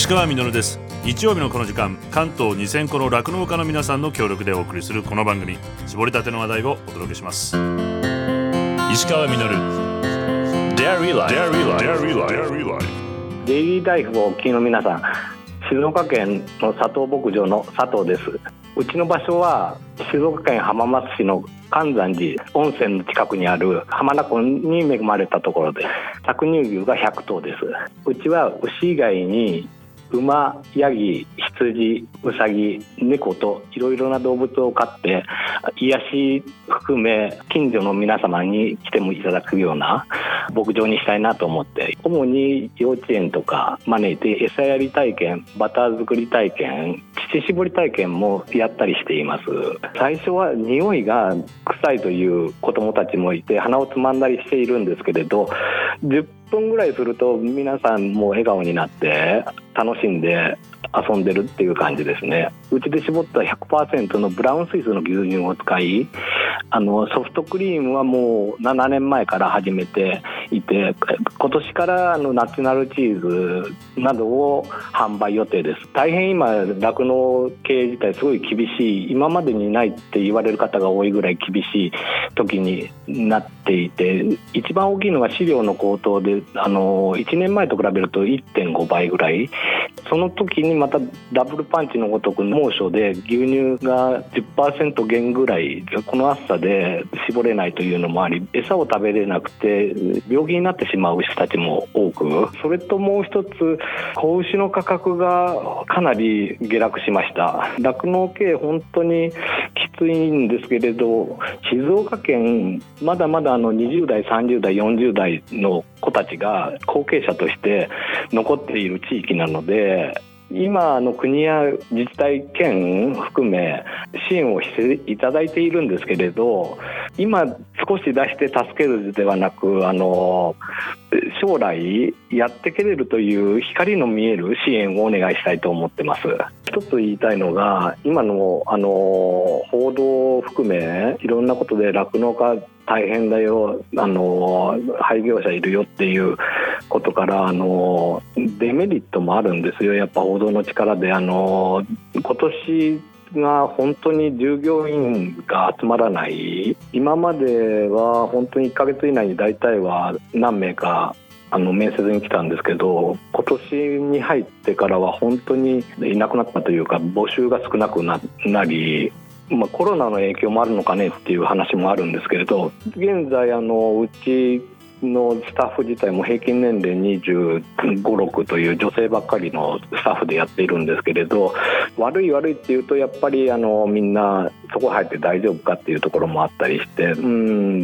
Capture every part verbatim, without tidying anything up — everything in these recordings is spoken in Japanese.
川実です。日曜日のこの時間、関東にせんこの酪農家の皆さんの協力でお送りするこの番組、絞りたての話題をお届けします。石川実 Dairy Life。 デイリーライフをお聞きの皆さん、静岡県の佐藤牧場の佐藤です。うちの場所は静岡県浜松市の関山寺温泉の近くにある浜名湖に恵まれたところで、搾乳牛がひゃくとうです。うちは牛以外に馬、ヤギ、羊、ウサギ、猫といろいろな動物を飼って、癒し含め近所の皆様に来てもいただくような牧場にしたいなと思って、主に幼稚園とか招いて餌やり体験、バター作り体験、乳搾り体験もやったりしています。最初は匂いが臭いという子どもたちもいて鼻をつまんだりしているんですけれど、じゅっぷんぐらいすると皆さんも笑顔になって楽しんで遊んでるっていう感じですね。うちで搾った ひゃくパーセント のブラウンスイスの牛乳を使い、あのソフトクリームはもうななねんまえから始めていて、今年からあのナチュラルチーズなどを販売予定です。大変今酪農経営自体すごい厳しい、今までにないって言われる方が多いぐらい厳しい時になっていて、一番大きいのが飼料の高騰で、あのいちねんまえと比べると いってんごばいぐらい、その時にまたダブルパンチのごとく猛暑で牛乳が じゅっパーセント 減ぐらい、この暑さで絞れないというのもあり、餌を食べれなくて病気になってしまう牛たちも多く、それともう一つ子牛の価格がかなり下落しました。酪農系本当にきついんですけれど、静岡県まだまだあのにじゅうだいさんじゅうだいよんじゅうだいの子たちが後継者として残っている地域なので、今の国や自治体県含め支援をしていただいているんですけれど、今少し出して助けるではなく、あの将来やってけれるという光の見える支援をお願いしたいと思ってます。一つ言いたいのが、今のあの報道を含めいろんなことで酪農家大変だよ、あの廃業者いるよっていうことから、あのデメリットもあるんですよ。やっぱ報道の力で、あの今年が本当に従業員が集まらない。今までは本当にいっかげつ以内に大体は何名かあの面接に来たんですけど、今年に入ってからは本当にいなくなったというか、募集が少なく な, なりまあ、コロナの影響もあるのかねっていう話もあるんですけれど、現在あのうちのスタッフ自体も平均年齢にじゅうご、ろくという女性ばっかりのスタッフでやっているんですけれど、悪い悪いっていうとやっぱりあのみんなそこ入って大丈夫かっていうところもあったりして、うん、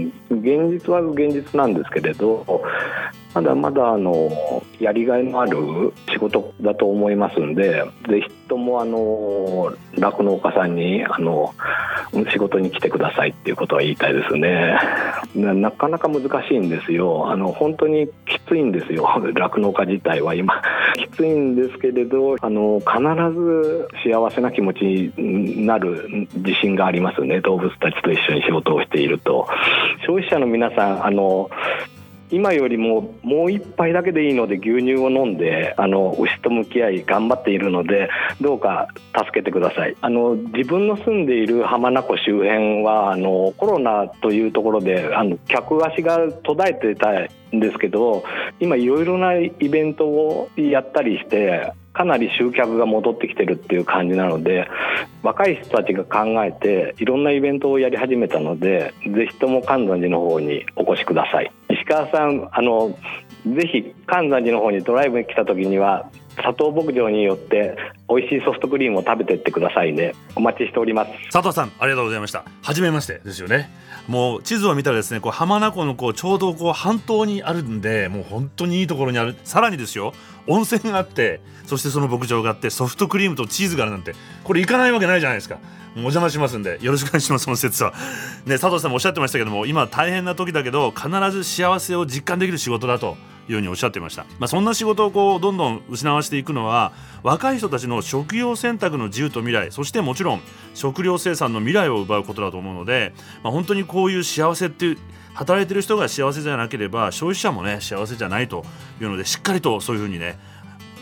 現実は現実なんですけれど、まだまだあのやりがいのある仕事だと思いますんで、ぜひともあの酪農家さんにあの仕事に来てくださいっていうことは言いたいですね。 な, なかなか難しいんですよ。あの本当にきついんですよ。酪農家自体は今きついんですけれど、あの必ず幸せな気持ちになる自信がありますね。動物たちと一緒に仕事をしていると。消費者の皆さん、あの今よりももう一杯だけでいいので牛乳を飲んであの牛と向き合い頑張っているので、どうか助けてください。あの自分の住んでいる浜名湖周辺はあのコロナというところであの客足が途絶えてたんですけど、今いろいろなイベントをやったりしてかなり集客が戻ってきてるっていう感じなので、若い人たちが考えていろんなイベントをやり始めたので、ぜひとも関山寺の方にお越しください。石川さん、あのぜひ関山寺の方にドライブに来た時には佐藤牧場によって美味しいソフトクリームを食べてってくださいね。お待ちしております。 佐藤さん、ありがとうございました。初めましてですよね。もう地図を見たらですね、こう浜名湖のこうちょうどこう半島にあるんで、もう本当にいいところにある。さらにですよ、温泉があって、そしてその牧場があって、ソフトクリームとチーズがあるなんて、これ行かないわけないじゃないですか。お邪魔しますんでよろしくお願いします。その説はね、佐藤さんもおっしゃってましたけども、今大変な時だけど必ず幸せを実感できる仕事だというようにおっしゃっていました。まあ、そんな仕事をこうどんどん失わしていくのは、若い人たちの職業選択の自由と未来、そしてもちろん食料生産の未来を奪うことだと思うので、まあ、本当にこういう幸せっていう、働いてる人が幸せじゃなければ消費者もね幸せじゃないというので、しっかりとそういうふうにね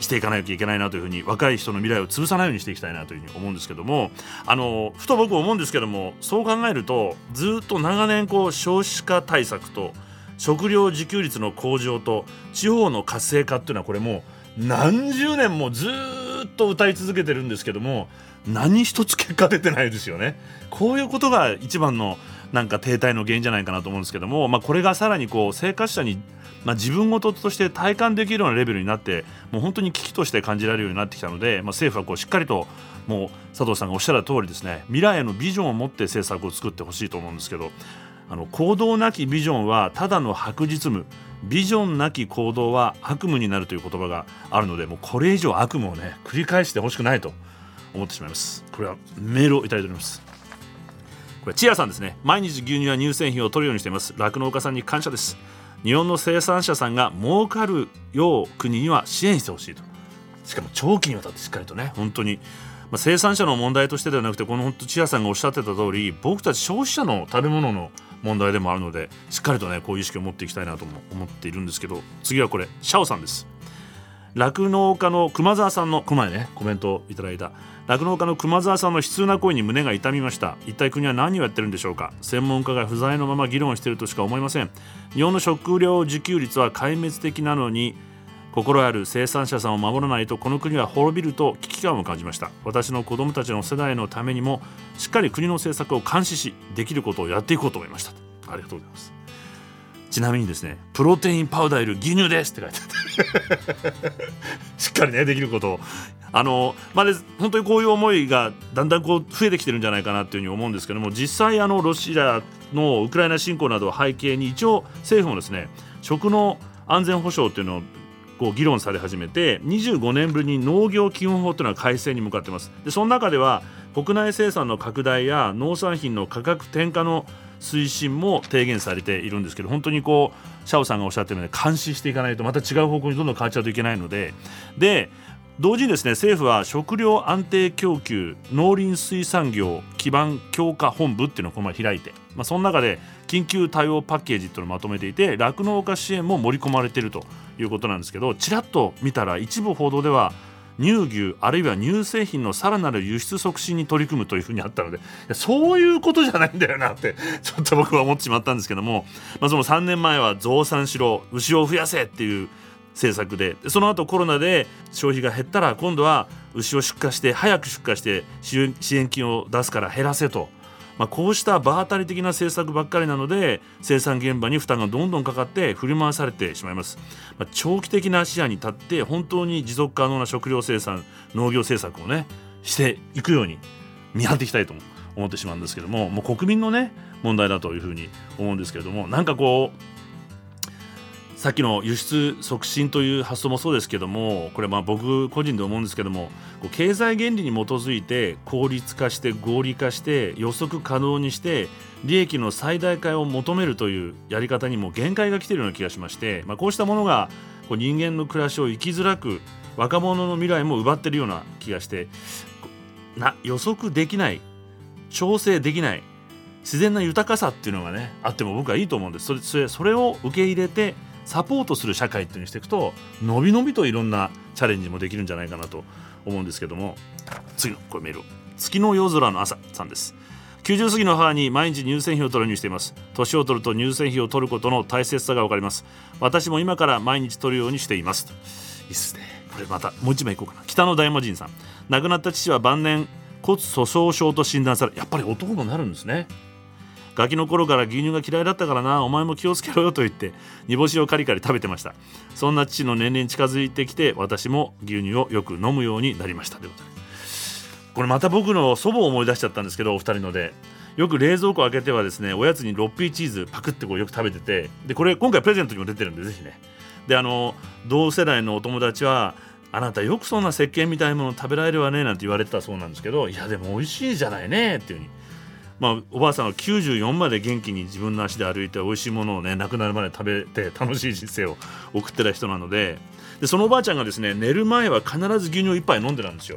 していかないといけないなというふうに、若い人の未来を潰さないようにしていきたいなというふうに思うんですけども、あのふと僕思うんですけども、そう考えるとずっと長年こう少子化対策と食料自給率の向上と地方の活性化っていうのは、これもう何十年もずっと歌い続けてるんですけども、何一つ結果出てないですよね。こういうことが一番のなんか停滞の原因じゃないかなと思うんですけども、まあ、これがさらにこう生活者に、まあ、自分事として体感できるようなレベルになって、もう本当に危機として感じられるようになってきたので、まあ、政府はこうしっかりと、もう佐藤さんがおっしゃる通りですね、未来へのビジョンを持って政策を作ってほしいと思うんですけど、あの行動なきビジョンはただの白日夢、ビジョンなき行動は悪夢になるという言葉があるので、もうこれ以上悪夢をね繰り返してほしくないと思ってしまいます。これはメールをいただいております。これチアさんですね。毎日牛乳や乳製品を取るようにしています。酪農家さんに感謝です。日本の生産者さんが儲かるよう国には支援してほしいと。しかも長期にわたってしっかりとね、本当に、まあ、生産者の問題としてではなくて、この本当チアさんがおっしゃってた通り、僕たち消費者の食べ物の問題でもあるので、しっかりとねこういう意識を持っていきたいなとも思っているんですけど、次はこれシャオさんです。酪農家の熊沢さんのこの前ねコメントをいただいた酪農家の熊沢さんの悲痛な声に胸が痛みました。一体国は何をやってるんでしょうか。専門家が不在のまま議論しているとしか思いません。日本の食料自給率は壊滅的なのに、心ある生産者さんを守らないとこの国は滅びると危機感を感じました。私の子供たちの世代のためにもしっかり国の政策を監視し、できることをやっていこうと思いました。ありがとうございます。ちなみにですね、プロテインパウダーいる牛乳ですって書いてあってしっかりねできることを、あのまあ、本当にこういう思いがだんだんこう増えてきてるんじゃないかなというふうに思うんですけども、実際あのロシアのウクライナ侵攻などを背景に、一応政府もですね食の安全保障というのをこう議論され始めて、にじゅうごねんぶりに農業基本法というのは改正に向かっています。でその中では国内生産の拡大や農産品の価格転嫁の推進も提言されているんですけど、本当にこうシャオさんがおっしゃっているように監視していかないとまた違う方向にどんどん変わっちゃうといけないので、で同時にですね政府は食料安定供給農林水産業基盤強化本部っていうのをこの前開いて、まあ、その中で緊急対応パッケージっていうのをまとめていて、酪農家支援も盛り込まれているということなんですけど、ちらっと見たら一部報道では乳牛あるいは乳製品のさらなる輸出促進に取り組むというふうにあったので、そういうことじゃないんだよなってちょっと僕は思ってしまったんですけども、まあ、そのさんねんまえは増産しろ牛を増やせっていう政策で、その後コロナで消費が減ったら今度は牛を出荷して早く出荷して支援金を出すから減らせと、まあ、こうした場当たり的な政策ばっかりなので生産現場に負担がどんどんかかって振り回されてしまいます。まあ、長期的な視野に立って本当に持続可能な食料生産農業政策をねしていくように見張っていきたいと思ってしまうんですけども、もう国民のね問題だというふうに思うんですけれども、なんかこうさっきの輸出促進という発想もそうですけども、これまあ僕個人で思うんですけども、こう経済原理に基づいて効率化して合理化して予測可能にして利益の最大化を求めるというやり方にも限界が来ているような気がしまして、まあ、こうしたものがこう人間の暮らしを生きづらく若者の未来も奪っているような気がして、な予測できない調整できない自然な豊かさっていうのがねあっても僕はいいと思うんです。それ、それ、それを受け入れてサポートする社会っていうにしていくと、のびのびといろんなチャレンジもできるんじゃないかなと思うんですけども、次のこれメールを月の夜空の朝さんです。きゅうじゅう過ぎの母に毎日乳製品を取るようにしています。年を取ると乳製品を取ることの大切さが分かります。私も今から毎日取るようにしています。いいっすね。これまたもう一枚いこうかな。北の大魔神さん、亡くなった父は晩年骨粗鬆症と診断され、やっぱり男になるんですね。ガキの頃から牛乳が嫌いだったからな、お前も気をつけろよと言って煮干しをカリカリ食べてました。そんな父の年齢に近づいてきて、私も牛乳をよく飲むようになりましたということで、これまた僕の祖母を思い出しちゃったんですけど、お二人のでよく冷蔵庫開けてはですね、おやつにロッピーチーズパクってこうよく食べてて、でこれ今回プレゼントにも出てるんでぜひね、であの同世代のお友達はあなたよくそんな石鹸みたいなもの食べられるわねなんて言われてたそうなんですけど、いやでも美味しいじゃないねっていう風に、まあ、おばあさんはきゅうじゅうよんまで元気に自分の足で歩いて美味しいものをね亡くなるまで食べて楽しい人生を送ってた人なので、でそのおばあちゃんがですね寝る前は必ず牛乳を一杯飲んでたんですよ。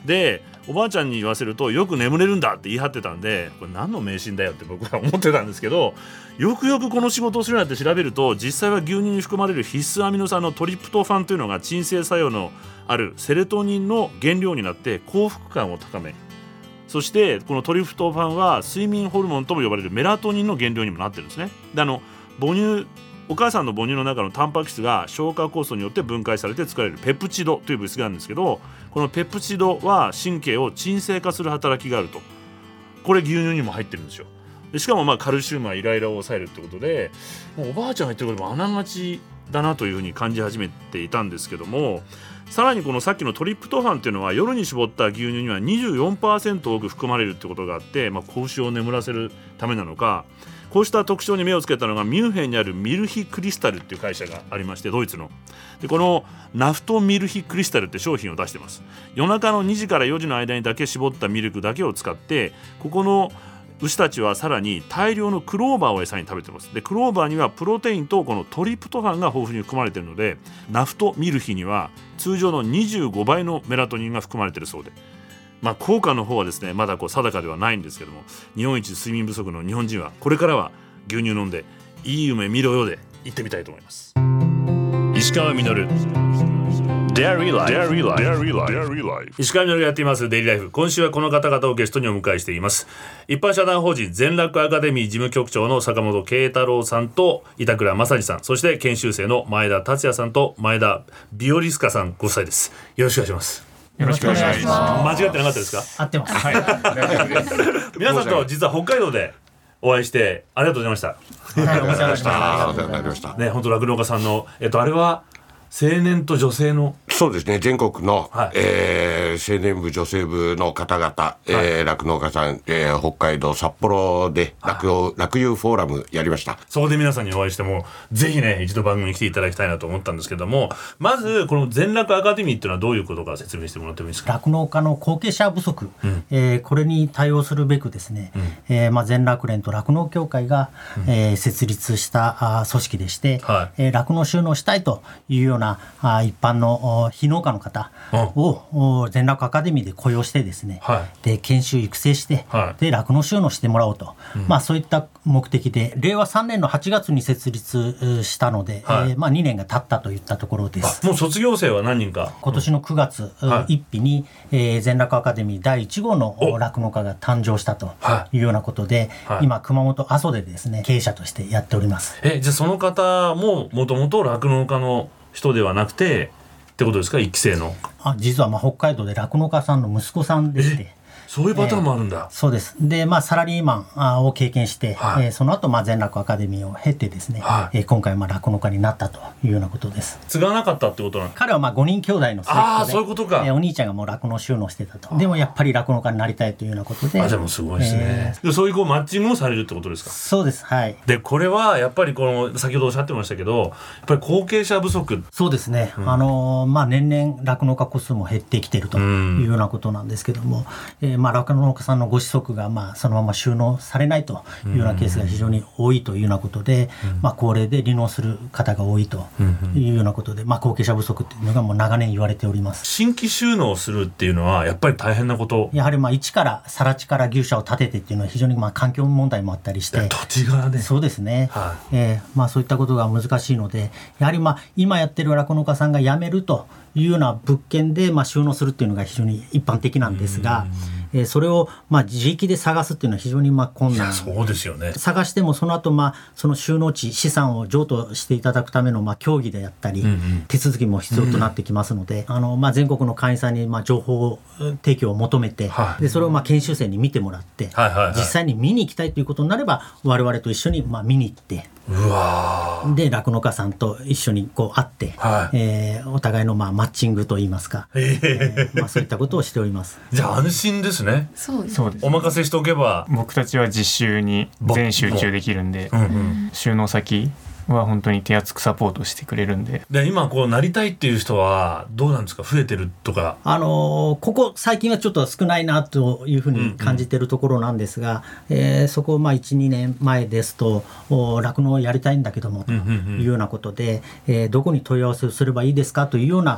でおばあちゃんに言わせるとよく眠れるんだって言い張ってたんで、これ何の迷信だよって僕は思ってたんですけど、よくよくこの仕事をするようになって調べると、実際は牛乳に含まれる必須アミノ酸のトリプトファンというのが鎮静作用のあるセロトニンの原料になって幸福感を高め、そしてこのトリプトファンは睡眠ホルモンとも呼ばれるメラトニンの原料にもなってるんですね。であの母乳お母さんの母乳の中のタンパク質が消化酵素によって分解されて作られるペプチドという物質があるんですけど、このペプチドは神経を鎮静化する働きがあると。これ牛乳にも入ってるんですよ。でしかもまあカルシウムはイライラを抑えるってことで、もうおばあちゃんが言ってることもあながちだなというふうに感じ始めていたんですけども、さらにこのさっきのトリプトファンっていうのは夜に絞った牛乳には にじゅうよんパーセント 多く含まれるってことがあって、まあ、子牛を眠らせるためなのか、こうした特徴に目をつけたのがミュンヘンにあるミルヒクリスタルっていう会社がありまして、ドイツのでこのナフトミルヒクリスタルって商品を出してます。夜中のにじからよじの間にだけ絞ったミルクだけを使って、ここの牛たちはさらに大量のクローバーを餌に食べてます。でクローバーにはプロテインとこのトリプトファンが豊富に含まれているので、ナフトミルヒには通常のにじゅうごばいのメラトニンが含まれているそうで、まあ、効果の方はですねまだこう定かではないんですけども、日本一睡眠不足の日本人はこれからは牛乳飲んでいい夢見ろよで行ってみたいと思います。石川みのるDairy Life。石川みのるがやっていますデイリーライフ。今週はこの方々をゲストにお迎えしています。一般社団法人全楽アカデミー事務局長の坂本慶太郎さんと板倉正二さん、そして研修生の前田達也さんと前田ビオリスカさんご夫妻です。よろしくお願いします。 よろしくお願いします。 間違ってなかったですか？ 合ってます。 はい、皆さんと実は北海道でお会いしてありがとうございました。 はい、お世話になりました。 お世話になりました。 ね、本当酪農家さんのえっとあれは青年と女性のそうですね、全国の、 はいえー、青年部女性部の方々、酪、えー、農家さん、えー、北海道札幌で酪農酪牛フォーラムやりました。 そこで皆さんにお会いしてもぜひね一度番組に来ていただきたいなと思ったんですけども、まずこの全酪アカデミーっていうのはどういうことか説明してもらってもいいですか？ 酪農家の後継者不足、 うんえー、これに対応するべくですね、うんえーまあ、全酪連と酪農協会が、うんえー、設立したあ組織でして、はいえー、酪農収納したいというようなあ一般の非農家の方を全酪アカデミーで雇用してですね、はい、で研修育成して、はい、で酪農収納してもらおうと、うんまあ、そういった目的でれいわさんねんのはちがつに設立したので、はいえーまあ、にねんが経ったといったところです。 もう卒業生は何人か？ 今年のくがつ、うん、いっぴに、えー、全酪アカデミーだいいちごうの酪農家が誕生したというようなことで、はい、今熊本阿蘇でですね経営者としてやっております。 えじゃあその方ももともと酪農家の人ではなくてってことですか？一期生の。 あ実はまあ北海道で酪農家さんの息子さんでして、 そういうパターンもあるんだ。 えー、そうです。で、まあ、サラリーマンを経験して、はいえー、その後、まあ、全酪アカデミーを経てですね、はいえー、今回、まあ、酪農家になったというようなことです。 継がなかったってことなの？ 彼はまあごにん兄弟の末っ子で、 あそういうことか、 えー、お兄ちゃんがもう酪農収納してたと。でもやっぱり酪農家になりたいというようなことで。 あじゃあもうすごいですね。えー、でそういうこうマッチングをされるってことですか？ そうです。はい。 でこれはやっぱりこの先ほどおっしゃってましたけど、やっぱり後継者不足。 そうですね。うん、あのー、まあ年々酪農家戸数も減ってきているというようなことなんですけども、うんえー、まあ酪農家さんのご子息がまあそのまま収納されないというようなケースが非常に多いというようなことで、うんまあ、高齢で離農する方が多いというようなことで、まあ、後継者不足というのがもう長年言われております。 新規収納するっていうのはやっぱり大変なこと？やはりまあ一から更地から牛舎を建ててっていうのは非常にまあ環境問題もあったりして、 土地がねそうですね、はいえーまあ、そういったことが難しいので、やはりまあ今やってる酪農家さんが辞めるというような物件でまあ収納するっていうのが非常に一般的なんですが、えー、それをまあ自力で探すっていうのは非常にまあ困難。 そうですよね。 探してもその後まあその収納地資産を譲渡していただくためのまあ協議であったり、うんうん、手続きも必要となってきますので、うん、あのまあ全国の会員さんにまあ情報提供を求めて、はい、でそれをまあ研修生に見てもらって、はいはいはい、実際に見に行きたいということになれば我々と一緒にまあ見に行って、 うわで酪農家さんと一緒にこう会って、はいえー、お互いのまあマッチングといいますか、えーまあ、そういったことをしております。 じゃあ安心ですね。 そうです。 お任せしておけば僕たちは実習に全集中できるんで、うんうん、収納先は本当に手厚くサポートしてくれるんで。 で今こうなりたいっていう人はどうなんですか？増えてるとか。 あのー、ここ最近はちょっと少ないなというふうに感じているところなんですが、うんうんえー、そこをまあ いちにねんまえですと酪農をやりたいんだけどもというようなことで、うんうんうんえー、どこに問い合わせをすればいいですかというような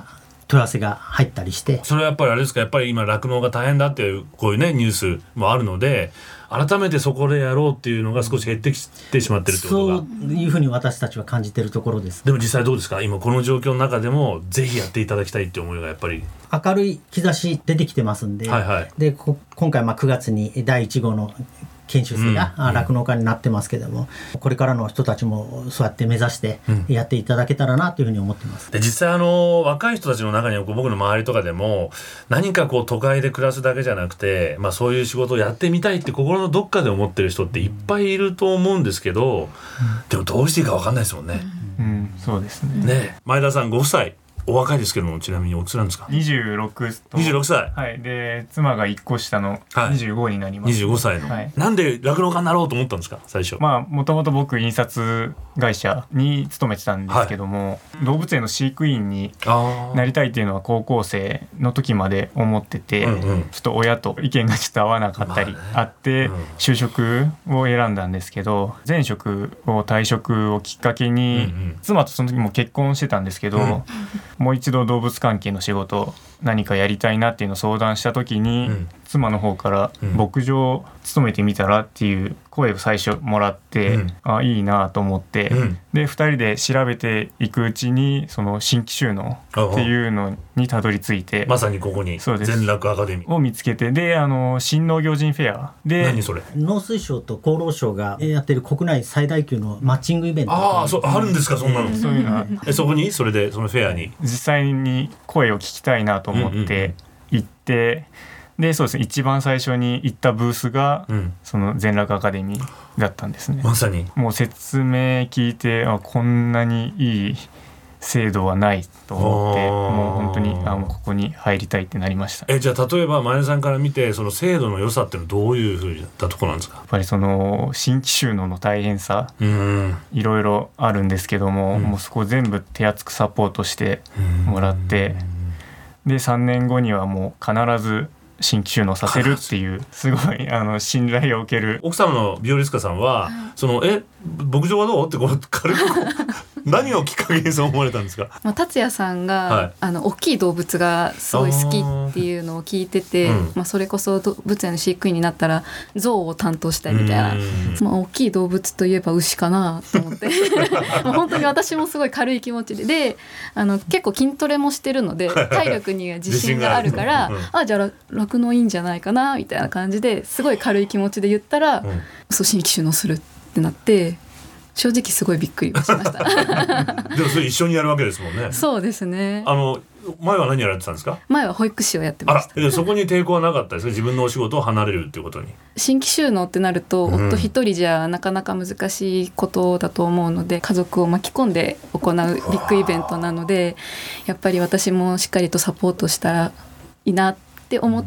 問い合わせが入ったりして。 それはやっぱりあれですか、やっぱり今酪農が大変だっていうこういうねニュースもあるので、改めてそこでやろうっていうのが少し減ってきてしまってるってことが、 そういうふうに私たちは感じているところです。 でも実際どうですか、今この状況の中でもぜひやっていただきたいって思いがやっぱり明るい兆し出てきてますんで、 はいはい、 でこ今回まあくがつにだいいち号の研修生が酪農家になってますけども、うん、これからの人たちもそうやって目指してやっていただけたらなというふうに思ってます。 で実際あの若い人たちの中には僕の周りとかでも何かこう都会で暮らすだけじゃなくて、まあ、そういう仕事をやってみたいって心のどっかで思ってる人っていっぱいいると思うんですけど、うん、でもどうしていいか分かんないですもんね。 うん、そうですね。 ね、前田さんご夫妻お若いですけども、ちなみにおいくつなんですか？ にじゅうろくとにじゅうろくさい、 はい、で妻がいっこ下のにじゅうごになります、 はい、にじゅうごさいの、はい、なんで酪農家になろうと思ったんですか最初？ まあもともと僕印刷会社に勤めてたんですけども、はい、動物園の飼育員になりたいっていうのは高校生の時まで思ってて、うんうん、ちょっと親と意見がちょっと合わなかったりあって、まあね、うん、就職を選んだんですけど、前職を退職をきっかけに、うんうん、妻とその時も結婚してたんですけど、うん、もう一度動物関係の仕事何かやりたいなっていうのを相談した時に、うん、妻の方から牧場を勤めてみたらっていう声を最初もらって、うん、あいいなと思って、うん、でふたりで調べていくうちにその新規収納っていうのにたどり着いて、 まさにここに全酪アカデミーを見つけて、であの新農業人フェアで、 何それ、 農水省と厚労省がやってる国内最大級のマッチングイベント、 ああ、そうあるんですか、そんなの、 うん、そういうのはえそこにそれでそのフェアに実際に声を聞きたいなと思って行って、うんうんうん、でそうですね、一番最初に行ったブースが、うん、その全酪アカデミーだったんですね。 まさにもう説明聞いて、あこんなにいい制度はないと思って、もう本当にあもうここに入りたいってなりました。 えじゃあ例えば前田さんから見てその制度の良さっていうのはどういうふうなところなんですか？ やっぱりその新規収納の大変さ、うんいろいろあるんですけども、うん、もうそこ全部手厚くサポートしてもらって、でさんねんごにはもう必ず新規収納させるっていうすごいあの信頼を受ける。 奥様のビオリスカさんはそのえ牧場はどうってこう軽くこう何をきっかけにそう思われたんですか？ まあ、達也さんが、はい、あの大きい動物がすごい好きっていうのを聞いてて、うんまあ、それこそ動物園の飼育員になったら象を担当したいみたいな、まあ、大きい動物といえば牛かなと思ってもう本当に私もすごい軽い気持ちでであの結構筋トレもしてるので体力には自信があるからあじゃあ酪農いいんじゃないかなみたいな感じですごい軽い気持ちで言ったら、うん、そう新規収納するってなって正直すごいびっくりしましたでもそれ一緒にやるわけですもんね。 そうですね。 あの前は何やられてたんですか？ 前は保育士をやってました。 あら、そこに抵抗はなかったですか？自分のお仕事を離れるっていうことに。 新規収納ってなると、うん、夫一人じゃなかなか難しいことだと思うので家族を巻き込んで行うビッグイベントなのでやっぱり私もしっかりとサポートしたらいいなって思って、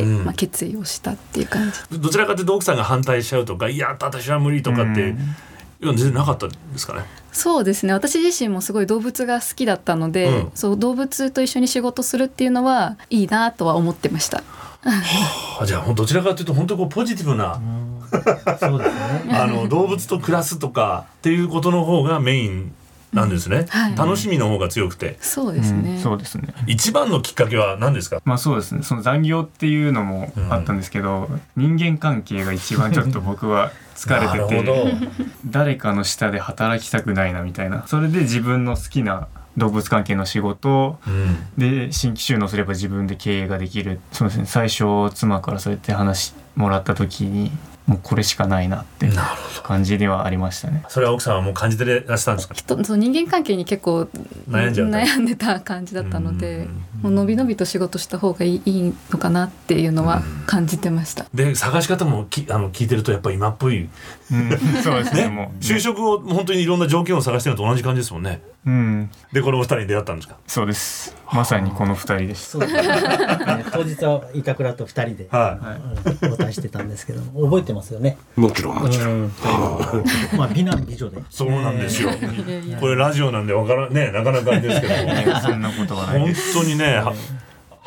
うんまあ、決意をしたっていう感じ。 どちらかというと奥さんが反対しちゃうとかいや私は無理とかって、うん全然なかったですかね。 そうですね、私自身もすごい動物が好きだったので、うん、そう動物と一緒に仕事するっていうのはいいなとは思ってましたはあ、じゃあどちらかというと本当こうポジティブなそうですねあの動物と暮らすとかっていうことの方がメインなんですね、うんはい、楽しみの方が強くて。 そうですね、 うん、そうですね。 一番のきっかけは何ですか？ まあそうですね、その残業っていうのもあったんですけど、うん、人間関係が一番ちょっと僕は疲れてて誰かの下で働きたくないなみたいな、それで自分の好きな動物関係の仕事、うん、で新規収納すれば自分で経営ができる。そうですね、最初妻からそうやって話もらった時にもうこれしかないなって感じではありましたね。 それは奥さんはもう感じてらしたんですか？ 人そう人間関係に結構悩んじゃう悩んでた感じだったので、もうのびのびと仕事した方がいい、いいのかなっていうのは感じてました。 で探し方もきあの聞いてるとやっぱり今っぽい、うん、 そうですねねもう就職を本当にいろんな条件を探してるのと同じ感じですもんね。うん、でこのふたりに出会ったんですか？ そうです、まさにこのふたりです。 そうですね当日は板倉とふたりで、はいうん、応対してたんですけど覚えてますよね。 もちろんもちろん、うん、 まあ美男美女でそうなんですよ、えー、これラジオなんでわからねなかなかあれですけどもそんなことはない本当にね、は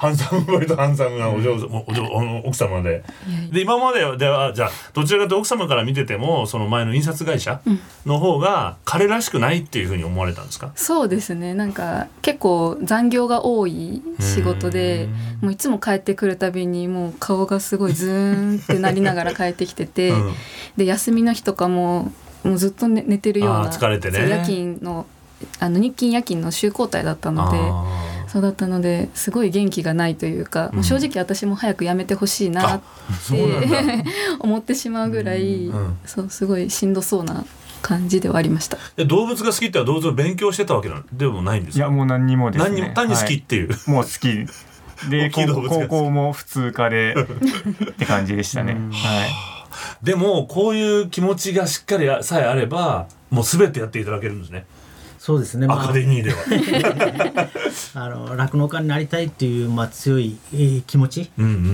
ハンサム割とハンサムなお嬢、うん、おおお奥様で、で今までではじゃあどちらかというと奥様から見ててもその前の印刷会社の方が彼らしくないっていうふうに思われたんですか？うん、 そうですね、なんか結構残業が多い仕事で、もういつも帰ってくるたびにもう顔がすごいズーンってなりながら帰ってきてて、うん、で休みの日とかももうずっと 寝, 寝てるような、 疲れてね、 夜勤のあの日勤夜勤の週交代だったので、そうだったのですごい元気がないというか、うん、もう正直私も早く辞めてほしいなって思ってしまうぐらい、うん、そうすごいしんどそうな感じではありました。 で動物が好きっては動物の勉強してたわけでもないんですか？ いやもう何にもですね、 何にも単に好きっていう、はい、 もう好きで高校も普通科でって感じでしたね、はい、 でもこういう気持ちがしっかりさえあればもう全てやっていただけるんですね。 そうですね、 まあ、アカデミーではあの酪農家になりたいっていう、まあ、強い、えー、気持ち、うんうんうん、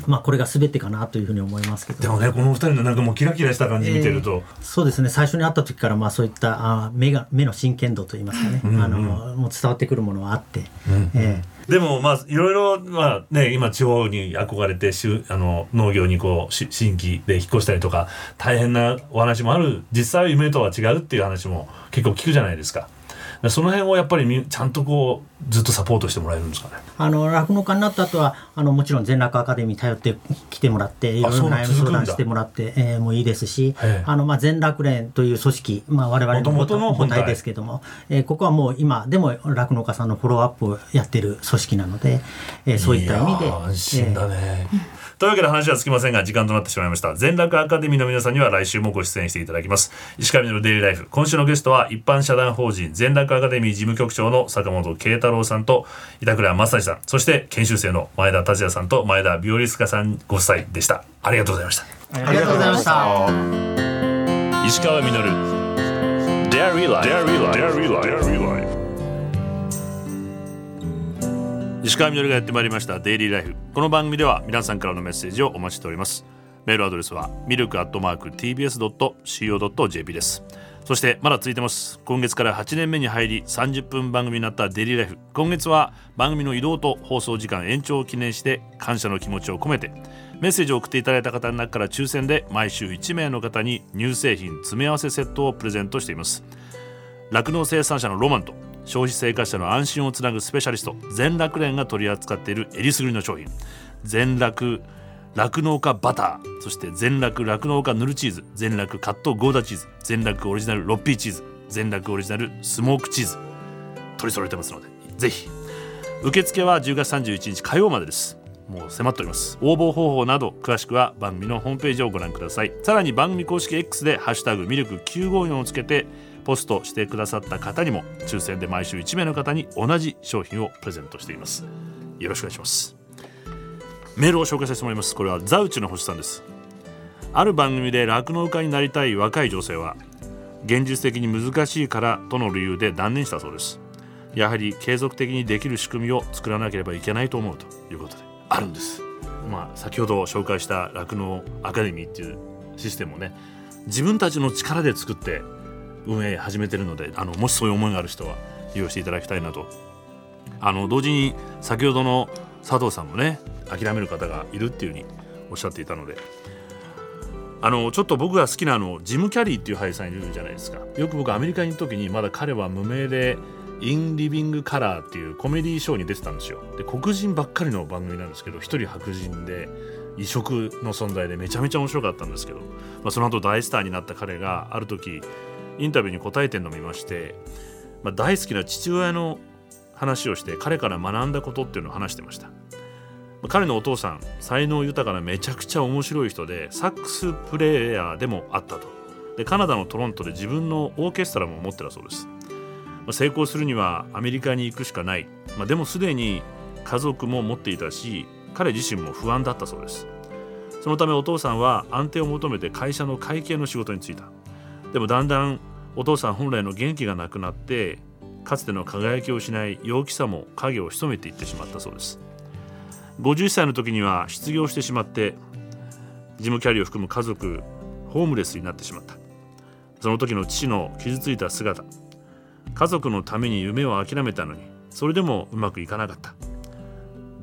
まあ、これが全てかなというふうに思いますけど、 でもねこのふたりのなんかもうキラキラした感じ見てると、 えー、そうですね、最初に会った時から、まあ、そういったあ 目, が目の真剣度といいますかね、うんうん、あのもう伝わってくるものはあって、うんうん、えー、でもまあいろいろ、まあね、今地方に憧れてしあの農業にこうし新規で引っ越したりとか大変なお話もある、実際は夢とは違うっていう話も結構聞くじゃないですか。その辺をやっぱりちゃんとこうずっとサポートしてもらえるんですかね。 あの酪農家になった後はあのもちろん全酪アカデミー頼ってきてもらっていろいろ悩み相談してもらって、えー、もういいですし、あのまあ全酪連という組織、まあ、我々の母体ですけども、えー、ここはもう今でも酪農家さんのフォローアップをやってる組織なので、えー、そういった意味で安心だね、えーというわけで話はつきませんが時間となってしまいました。全酪アカデミーの皆さんには来週もご出演していただきます。石上のデイリーライフ、今週のゲストは一般社団法人全酪アカデミー事務局長の坂本慶太郎さんと板倉正史さん、そして研修生の前田達也さんと前田ビオリスカさんご夫妻でした。ありがとうございました。 ありがとうございました。 石川稔 Dairy Life。石川みのるがやってまいりましたデイリーライフ。この番組では皆さんからのメッセージをお待ちしております。メールアドレスは ミルクアットマークティービーエスドットシーオードットジェーピー です。そしてまだ続いてます。今月からはちねんめに入りさんじゅっぷん番組になったデイリーライフ。今月は番組の移動と放送時間延長を記念して感謝の気持ちを込めてメッセージを送っていただいた方の中から抽選で毎週いちめいの方に乳製品詰め合わせセットをプレゼントしています。酪農生産者のロマンと消費生活者の安心をつなぐスペシャリスト全酪連が取り扱っているえりすぐりの商品、全酪酪農家バター、そして全酪酪農家ヌルチーズ、全酪カットゴーダチーズ、全酪オリジナルロッピーチーズ、全酪オリジナルスモークチーズ取り揃えてますのでぜひ。受付はじゅうがつさんじゅういちにち火曜までです。もう迫っております。応募方法など詳しくは番組のホームページをご覧ください。さらに番組公式 X でハッシュタグミルクきゅうごよんをつけてポストしてくださった方にも抽選で毎週いちめいの方に同じ商品をプレゼントしています。よろしくお願いします。メールを紹介させてもらいます。これはザウチの星さんです。ある番組で酪農家になりたい若い女性は現実的に難しいからとの理由で断念したそうです。やはり継続的にできる仕組みを作らなければいけないと思うということであるんです。まあ、先ほど紹介した酪農アカデミーっていうシステムをね自分たちの力で作って運営始めてるので、あのもしそういう思いがある人は利用していただきたいなと。あの同時に先ほどの佐藤さんもね諦める方がいるっていう風におっしゃっていたので、あのちょっと僕が好きなあのジム・キャリーっていう俳優さんいるじゃないですか。よく僕アメリカにいる時にまだ彼は無名でイン・リビング・カラーっていうコメディーショーに出てたんですよ。で黒人ばっかりの番組なんですけど一人白人で異色の存在でめちゃめちゃ面白かったんですけど、まあ、その後大スターになった彼がある時インタビューに答えてるのを見まして、まあ、大好きな父親の話をして彼から学んだことっていうのを話してました。まあ、彼のお父さん才能豊かなめちゃくちゃ面白い人でサックスプレーヤーでもあったと。でカナダのトロントで自分のオーケストラも持ってたそうです。まあ、成功するにはアメリカに行くしかない、まあ、でもすでに家族も持っていたし彼自身も不安だったそうです。そのためお父さんは安定を求めて会社の会計の仕事に就いた。でもだんだんお父さん本来の元気がなくなってかつての輝きを失い陽気さも影を潜めていってしまったそうです。ごじゅっさいの時には失業してしまってジム・キャリーを含む家族ホームレスになってしまった。その時の父の傷ついた姿、家族のために夢を諦めたのにそれでもうまくいかなかった。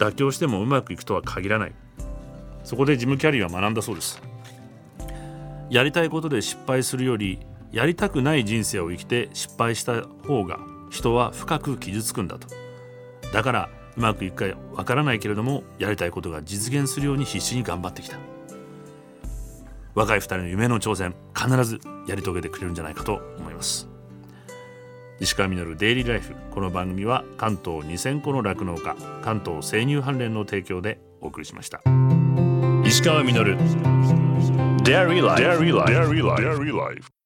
妥協してもうまくいくとは限らない。そこでジム・キャリーは学んだそうです。やりたいことで失敗するより、やりたくない人生を生きて失敗した方が人は深く傷つくんだと。だからうまくいくかわからないけれども、やりたいことが実現するように必死に頑張ってきた。若い二人の夢の挑戦、必ずやり遂げてくれるんじゃないかと思います。石川稔デイリーライフ。この番組は関東にせんこの酪農家、関東生乳関連の提供でお送りしました。石川稔デイリーライフ。